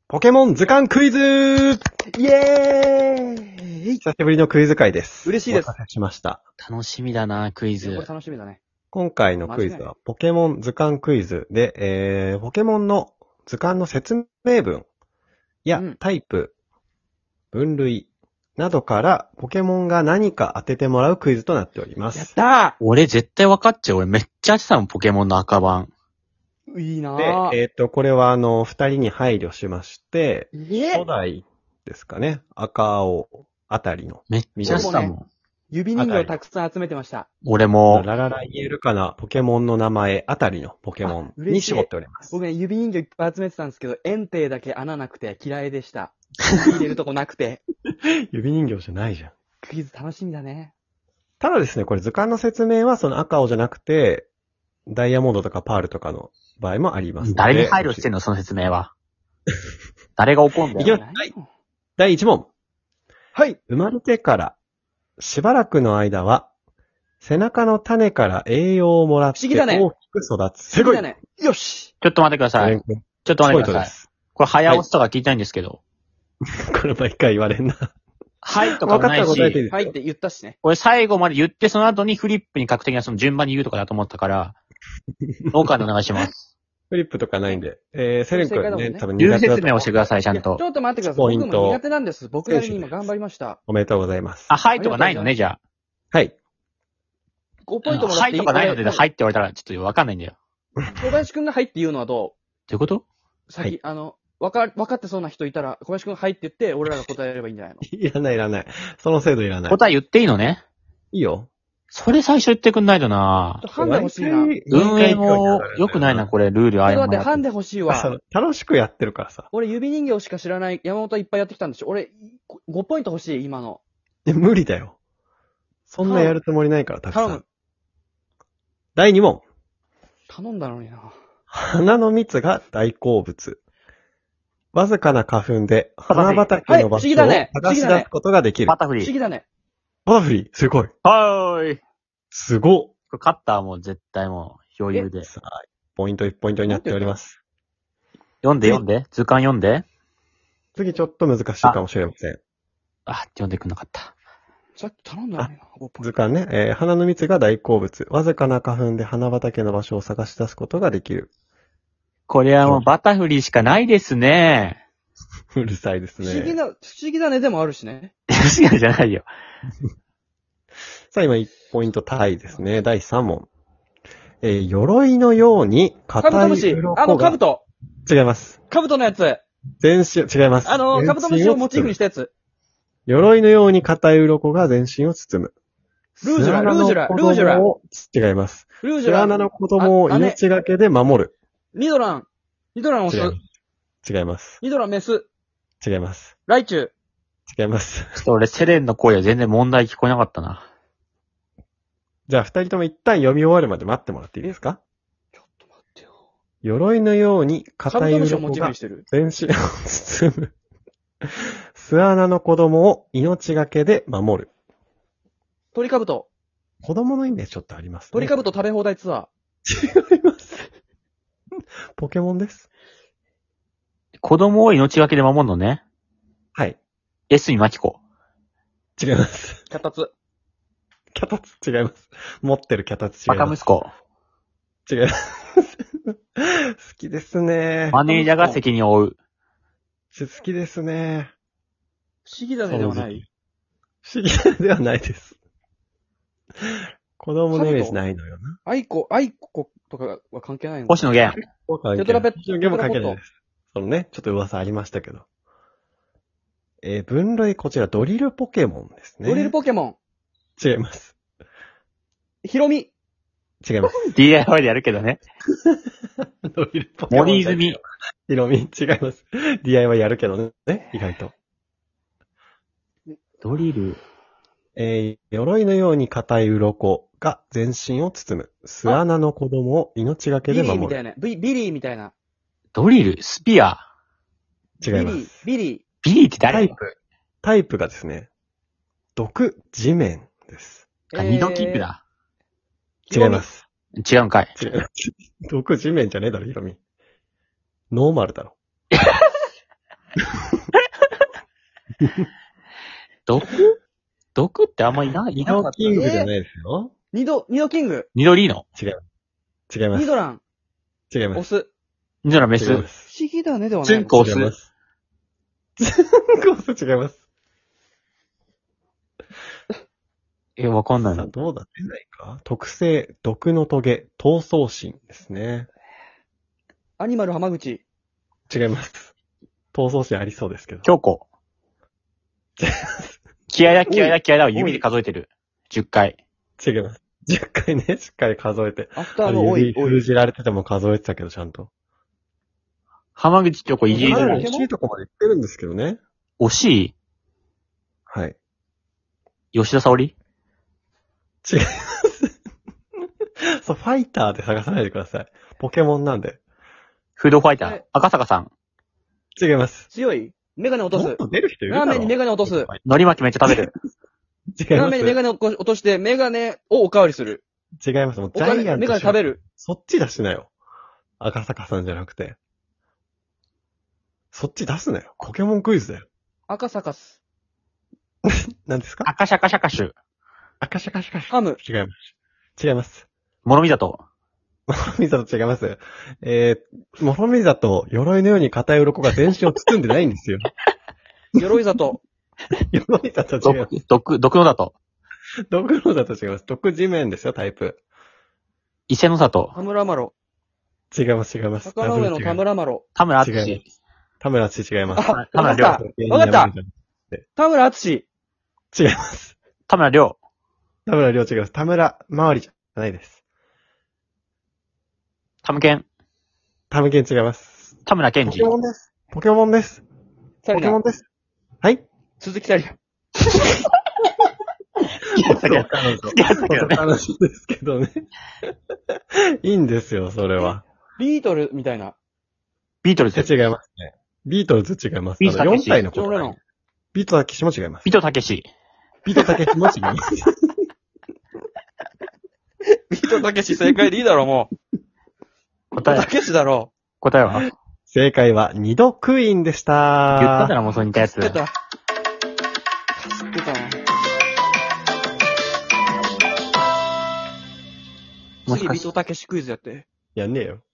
ポケモン図鑑クイズイエーイ久しぶりのクイズ会です。 嬉しいですお待たせしました。 楽しみだな、クイズ。 これ楽しみだね。 今回のクイズはポケモン図鑑クイズで、ポケモンの図鑑の説明文やタイプ、分類などからポケモンが何か当ててもらうクイズとなっております。 やった俺絶対分かっちゃう。俺めっちゃ当てたもん、ポケモンの赤版。 ーいいなぁ。 で、これは二人に配慮しまして、 初初代ですかね、赤青あたりの。 めっちゃしたもん。 指人形をたくさん集めてました。 俺も。 ラララ言えるかなポケモンの名前あたりのポケモンに絞っております。 僕ね、指人形いっぱい集めてたんですけど、円定だけ穴なくて嫌いでした。指入れるとこなくて。 指人形じゃないじゃん。 クイズ楽しみだね。 ただですね、これ図鑑の説明はその赤青じゃなくて、ダイヤモンドとかパールとかの場合もありますので。 誰に配慮してんの、その説明は。誰が怒んだよ。 いきます。第1問。 はい。 生まれてからしばらくの間は、背中の種から栄養をもらって大きく育つ。 すごいね。よし。 ちょっと待ってください。ちょっと待ってください。これ早押しとか聞いたいんですけど。 これ毎回言われんな。 はいとかもないし。 はいって言ったしね。 これ最後まで言ってその後にフリップに確定なその順番に言うとかだと思ったから、農家でお願いします。 フリップとかないんで。セレン君ね、多分苦手だと。説明をしてください、ちゃんと。 ちょっと待ってください。僕も苦手なんです。僕なりに今頑張りました。 おめでとうございます。 あ、はいとかないのね、じゃあ。 はい。 5ポイントもらっていい？ はいとかないので、はいって言われたらちょっとわかんないんだよ。 小林くんがはいって言うのはどう？ どういうこと？ 先、わかってそうな人いたら、小林くんがはいって言って、俺らが答えればいいんじゃないの？ いらないいらない。その制度いらない。 答え言っていいのね？ いいよ。 それ最初言ってくんないとなぁ。ハンデ欲しいな。 運営も良くないな、これ、ルールあれも。 だってハンデ欲しいわ。 楽しくやってるからさ。 俺指人形しか知らない山本いっぱいやってきたんでしょ。俺、5ポイント欲しい、今の。 無理だよ。そんなやるつもりないから、たくさん。 頼む。 第2問。 頼んだのにな。 花の蜜が大好物。わずかな花粉で花畑の場所を探し出すことができる。 バタフリー。 不思議だね。 バタフリー、すごい。 はーい。 すごっ。 これ勝ったらもう絶対もう余裕で。 さあ、ポイント1ポイントになっております。 読んで。図鑑読んで。 次ちょっと難しいかもしれません。 読んでくんなかった。 さっき頼んだのにな。 図鑑ね、花の蜜が大好物。わずかな花粉で花畑の場所を探し出すことができる。 これはもうバタフリーしかないですね。 うるさいですね。 不思議だねでもあるしね。 不思議じゃないよ。 さあ今1ポイントタイですね。第3問。鎧のように硬い鱗が。 兜。 違います。 兜のやつ。 全身、違います。 カブトムシをモチーフにしたやつ。 鎧のように硬い鱗が全身を包む。 ルージュラ。 違います。 ルージュラ。 巣穴の子供を命がけで守る。 ニドランオス。 違います。 ニドランメス。 違います。 ライチュウ。 違います。 ちょっと俺セレンの声は全然問題聞こえなかったな。 じゃあ二人とも一旦読み終わるまで待ってもらっていいですか？ ちょっと待ってよ。 鎧のように硬い鱗が全身を包む。巣穴の子供を命がけで守る。 鳥かぶと。 子供の意味ちょっとありますね。 鳥かぶと食べ放題ツアー。違います。ポケモンです。 子供を命がけで守るのね。 はい。 エスミマキコ。 違います。 脚立。 脚立違います。持ってる脚立違います。 バカ息子。 違います。好きですね。 マネージャーが責任を負う。 好きですね。 不思議だねではない。 不思議だねではないです。子供のイメージないのよな。 アイコとかは関係ないの？ 星野源。 テトラペット。 星野源も関係ないです。そのね、ちょっと噂ありましたけど。分類こちらドリルポケモンですね。 ドリルポケモン。 違います。 ヒロミ。 違います。 DIY でやるけどね。 ドリルポケモン。 森泉。 ヒロミ。違います。DIY やるけどね。意外と。 ドリル。 鎧のように硬い鱗が全身を包む。巣穴の子供を命がけで守る。 ビリーみたいな。ビリーみたいな。 ドリル、スピア。 違います。 ビリーって誰？ タイプがですね、毒地面です。 二度キープだ。 違います。 違うんかい。 違います。毒地面じゃねえだろ、ヒロミ。ノーマルだろ。 毒ってあんまいない。 ニドキングじゃないですよ。 二度キング。 緑の。 違います。違います。 ニドラン。 違います。 オス。 緑のメス違いま。す。 不思議だね、ではない。 ツンコオス違いま。す。コース違います。 わかんないさあ、 の。 どうだ出ないか特性、毒のトゲ、闘争心ですね。 アニマル浜口。 違います。闘争心ありそうですけど。 京子。気合だ、気合だ、気合だを指で数えてる。10回。 違います。10回ね、しっかり数えて。 アフターの多い指、封じられてても数えてたけど、ちゃんと。 浜口京子いじりかなりづらい。 惜しいとこまで行ってるんですけどね。 惜しいはい。 吉田沙保里違います。そう、ファイターで探さないでください。ポケモンなんで。 フードファイターえ。 赤坂さん。 違います。 強いメガネ落とす。 もっと出る人いるだろラーメンにメガネ落とす。 海苔巻きめっちゃ食べる。 違いまラーメンにメす。 ガネ落として、メガネをおかわりする。 違います。もうジャイアント。 メガネ食べる。 そっち出しなよ。赤坂さんじゃなくて。そっち出すなよ。ポケモンクイズだよ。 赤坂す。 何ですか赤シャカシャカシュ。 赤シャカシャカシャ。 ハム。 違います。違います。 諸見里。 モロミザと違います。モロミザと鎧のように硬い鱗が全身を包んでないんですよ。 鎧里。 鎧だと違います。 毒の里。 毒のだと違います。毒地面ですよ、タイプ。 伊勢の里。 田村麻呂。 違います、違います。 坂の上の田村麻呂。 田村違いま淳。 田村淳違います。 あ、 田村わかった。わかった。田村淳。 違います。 田村亮。 田村亮違います。田村周りじゃないです。 タムケン。 タムケン違います。 田村健二ポケ。モンです。ポケモンです。 サリナポケモン。です。はい鈴木サリナ。 そう彼女。 好きだったけどね。 彼女ですけどね。いいんですよ、それは。 ビートルみたいな。 ビートルズ。 違いますね。ビートルズ違います。 ビートたけし 4体の子ジョン・レノン。 ビートたけしも違います。 ビートたけし。 ビートたけしも違います。 ビートたけし正解でいいだろ、もう。 答えた、けしだろ。 答えは言っ正解は、二度クイーンでした。 たじゃん、もうそう似たやつ。 知ってた。知ってたな。次、 もしかしビートたけしクイズやって。 やんねえよ。